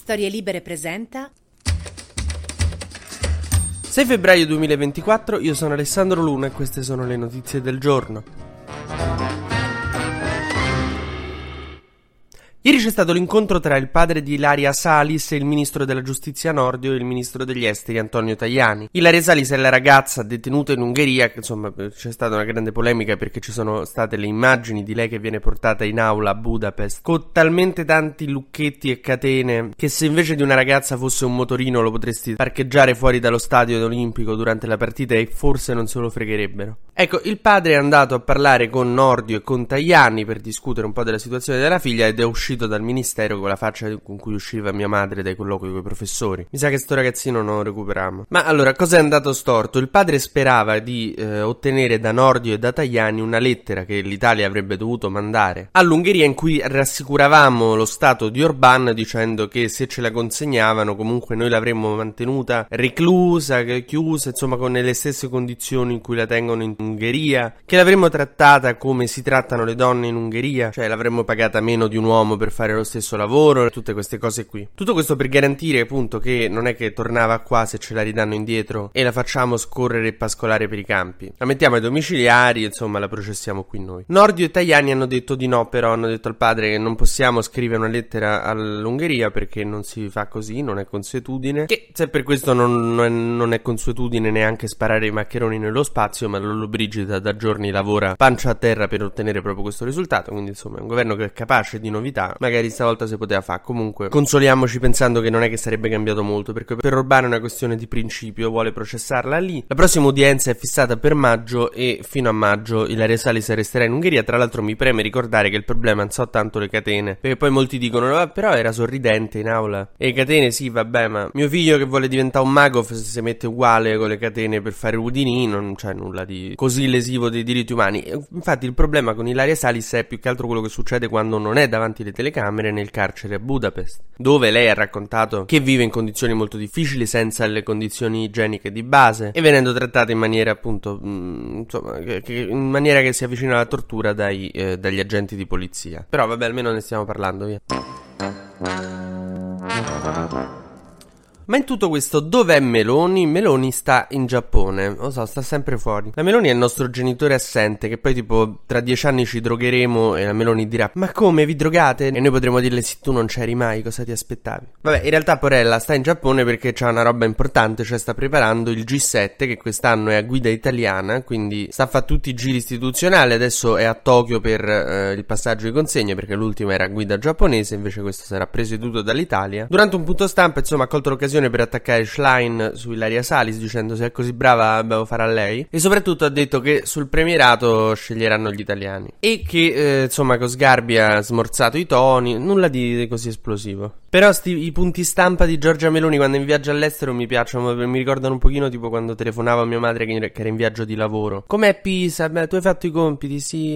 Storie Libere presenta 6 febbraio 2024, io sono Alessandro Luna e queste sono le notizie del giorno. Ieri c'è stato l'incontro tra il padre di Ilaria Salis e il ministro della giustizia Nordio e il ministro degli esteri Antonio Tajani. Ilaria Salis è la ragazza detenuta in Ungheria, che insomma c'è stata una grande polemica perché ci sono state le immagini di lei che viene portata in aula a Budapest con talmente tanti lucchetti e catene che se invece di una ragazza fosse un motorino lo potresti parcheggiare fuori dallo stadio olimpico durante la partita e forse non se lo fregherebbero. Ecco, il padre è andato a parlare con Nordio e con Tajani per discutere un po' della situazione della figlia ed è uscito dal ministero con la faccia con cui usciva mia madre dai colloqui con i professori. Mi sa che sto ragazzino non lo recuperiamo. Ma allora, cosa è andato storto? Il padre sperava di ottenere da Nordio e da Tajani una lettera che l'Italia avrebbe dovuto mandare all'Ungheria in cui rassicuravamo lo stato di Orbán dicendo che se ce la consegnavano comunque noi l'avremmo mantenuta reclusa, chiusa, insomma con le stesse condizioni in cui la tengono in Ungheria, che l'avremmo trattata come si trattano le donne in Ungheria, cioè l'avremmo pagata meno di un uomo per fare lo stesso lavoro, tutte queste cose qui. Tutto questo per garantire appunto che non è che tornava qua se ce la ridanno indietro e la facciamo scorrere e pascolare per i campi. La mettiamo ai domiciliari, insomma la processiamo qui noi. Nordio e Tajani hanno detto di no, però hanno detto al padre che non possiamo scrivere una lettera all'Ungheria perché non si fa così, non è consuetudine, che se per questo non è consuetudine neanche sparare i maccheroni nello spazio, ma Lollobrigida da giorni lavora pancia a terra per ottenere proprio questo risultato, quindi insomma è un governo che è capace di novità. Magari stavolta si poteva fare. Comunque consoliamoci pensando che non è che sarebbe cambiato molto, perché per Orbán è una questione di principio, vuole processarla lì. La prossima udienza è fissata per maggio e fino a maggio Ilaria Salis resterà in Ungheria. Tra l'altro mi preme ricordare che il problema non so tanto le catene, perché poi molti dicono però era sorridente in aula. E le catene sì vabbè, ma mio figlio che vuole diventare un mago se si mette uguale con le catene per fare Houdini non c'è nulla di così lesivo dei diritti umani. Infatti il problema con Ilaria Salis è più che altro quello che succede quando non è davanti alle telecamere nel carcere a Budapest, dove lei ha raccontato che vive in condizioni molto difficili senza le condizioni igieniche di base e venendo trattata in maniera appunto insomma in maniera che si avvicina alla tortura dagli agenti di polizia. Però vabbè, almeno ne stiamo parlando, via. Ma in tutto questo dov'è Meloni? Meloni sta in Giappone, lo so, sta sempre fuori. La Meloni è il nostro genitore assente che poi tipo tra 10 anni ci drogheremo e la Meloni dirà ma come vi drogate? E noi potremo dirle sì, tu non c'eri mai, cosa ti aspettavi? Vabbè, in realtà Porella sta in Giappone perché c'ha una roba importante, cioè sta preparando il G7 che quest'anno è a guida italiana, quindi sta a fare tutti i giri istituzionali, adesso è a Tokyo per il passaggio di consegne perché l'ultima era a guida giapponese, invece questo sarà presieduto dall'Italia. Durante un punto stampa insomma ha colto l'occasione per attaccare Schlein su Ilaria Salis dicendo se è così brava devo fare a lei, e soprattutto ha detto che sul premierato sceglieranno gli italiani e che insomma con Sgarbi ha smorzato i toni, nulla di così esplosivo. Però i punti stampa di Giorgia Meloni quando è in viaggio all'estero mi piacciono, mi ricordano un pochino tipo quando telefonavo a mia madre che era in viaggio di lavoro. Com'è Pisa? Beh, tu hai fatto i compiti? Sì.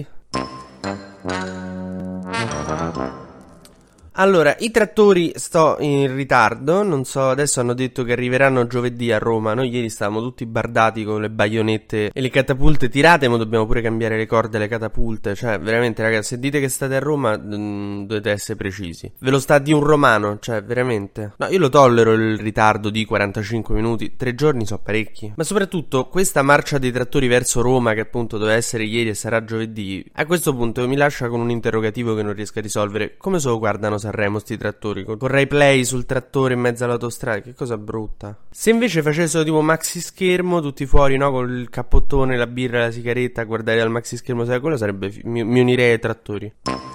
Allora, i trattori sto in ritardo, non so, adesso hanno detto che arriveranno giovedì a Roma. Noi ieri stavamo tutti bardati con le baionette e le catapulte tirate, ma dobbiamo pure cambiare le corde alle catapulte. Cioè, veramente ragazzi, se dite che state a Roma dovete essere precisi. Ve lo sta di un romano, cioè, veramente. No, io lo tollero il ritardo di 45 minuti, 3 giorni sono parecchi. Ma soprattutto, questa marcia dei trattori verso Roma, che appunto doveva essere ieri e sarà giovedì, a questo punto mi lascia con un interrogativo che non riesco a risolvere. Come se lo guardano Sanremo sti trattori con Rai Play sul trattore in mezzo all'autostrada, che cosa brutta. Se invece facessero tipo maxi schermo tutti fuori, no, con il cappottone, la birra, la sigaretta a guardare al maxi schermo, sai, quello sarebbe mi unirei ai trattori.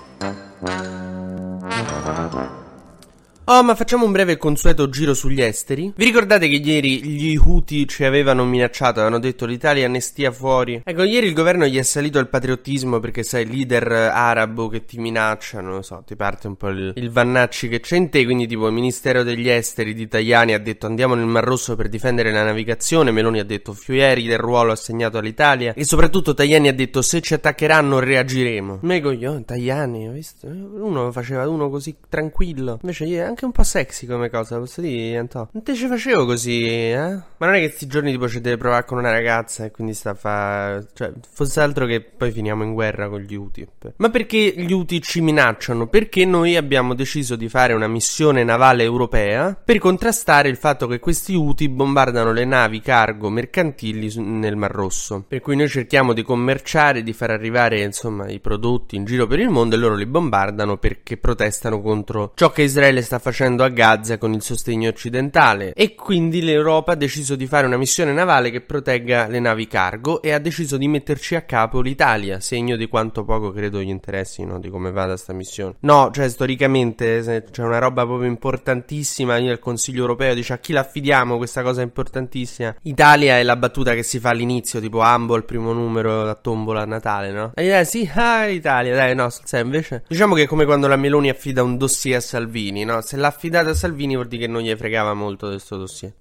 Oh, ma facciamo un breve e consueto giro sugli esteri. Vi ricordate che ieri gli Houthi ci avevano minacciato, avevano detto l'Italia ne stia fuori? Ecco, ieri il governo gli è salito al patriottismo perché sai, leader arabo che ti minaccia, non lo so, ti parte un po' il Vannacci che c'è in te, quindi tipo il Ministero degli Esteri di Tajani ha detto andiamo nel Mar Rosso per difendere la navigazione, Meloni ha detto fieri del ruolo assegnato all'Italia e soprattutto Tajani ha detto se ci attaccheranno reagiremo. Me coglione, Tajani, hai visto? Uno faceva uno così tranquillo, invece anche un po' sexy come cosa, posso dire, Anto? Non te ce facevo così, eh? Ma non è che sti giorni tipo ci deve provare con una ragazza e quindi sta a fa... Cioè, fosse altro che poi finiamo in guerra con gli Houthi. Ma perché gli Houthi ci minacciano? Perché noi abbiamo deciso di fare una missione navale europea per contrastare il fatto che questi Houthi bombardano le navi cargo mercantili nel Mar Rosso. Per cui noi cerchiamo di commerciare, di far arrivare, insomma, i prodotti in giro per il mondo e loro li bombardano perché protestano contro ciò che Israele sta facendo a Gaza con il sostegno occidentale. E quindi l'Europa ha deciso di fare una missione navale che protegga le navi cargo e ha deciso di metterci a capo l'Italia, segno di quanto poco credo gli interessi, no, di come vada sta missione. No, cioè storicamente se c'è una roba proprio importantissima, io al Consiglio europeo dice a chi la affidiamo questa cosa importantissima. Italia è la battuta che si fa all'inizio, tipo Ambo il primo numero a tombola a Natale, no? E sì, Italia, dai, no, sai, invece diciamo che è come quando la Meloni affida un dossier a Salvini, no? Se l'ha affidato a Salvini vuol dire che non gli fregava molto del suo dossier.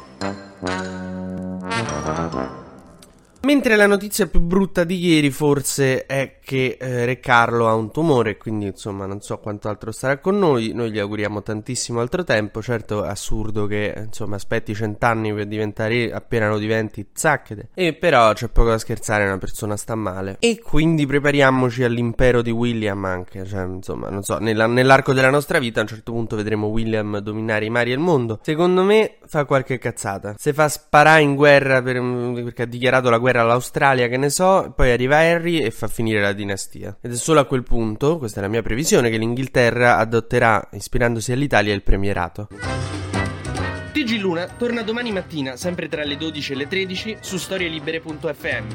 Mentre la notizia più brutta di ieri forse è che Re Carlo ha un tumore, quindi insomma non so quanto altro starà con noi gli auguriamo tantissimo altro tempo, certo è assurdo che insomma aspetti 100 anni per diventare appena lo diventi zacchete, e però c'è poco da scherzare, una persona sta male e quindi prepariamoci all'impero di William anche, cioè insomma non so, nell'arco della nostra vita a un certo punto vedremo William dominare i mari e il mondo, secondo me fa qualche cazzata, se fa sparare in guerra perché ha dichiarato la guerra all'Australia, che ne so, poi arriva Harry e fa finire la dinastia. Ed è solo a quel punto, questa è la mia previsione, che l'Inghilterra adotterà, ispirandosi all'Italia, il premierato. TG Luna torna domani mattina, sempre tra le 12 e le 13, su storielibere.fm.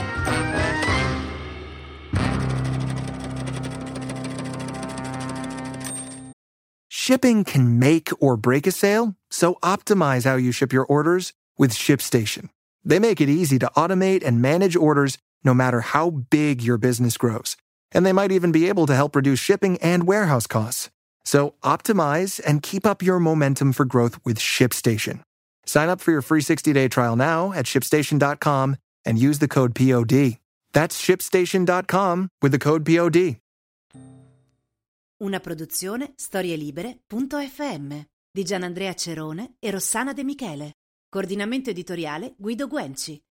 Shipping can make or break a sale, so optimize how you ship your orders with ShipStation. They make it easy to automate and manage orders no matter how big your business grows. And they might even be able to help reduce shipping and warehouse costs. So optimize and keep up your momentum for growth with ShipStation. Sign up for your free 60-day trial now at ShipStation.com and use the code POD. That's ShipStation.com with the code POD. Una produzione storielibere.fm di Gianandrea Cerone e Rossana De Michele. Coordinamento editoriale Guido Guenci.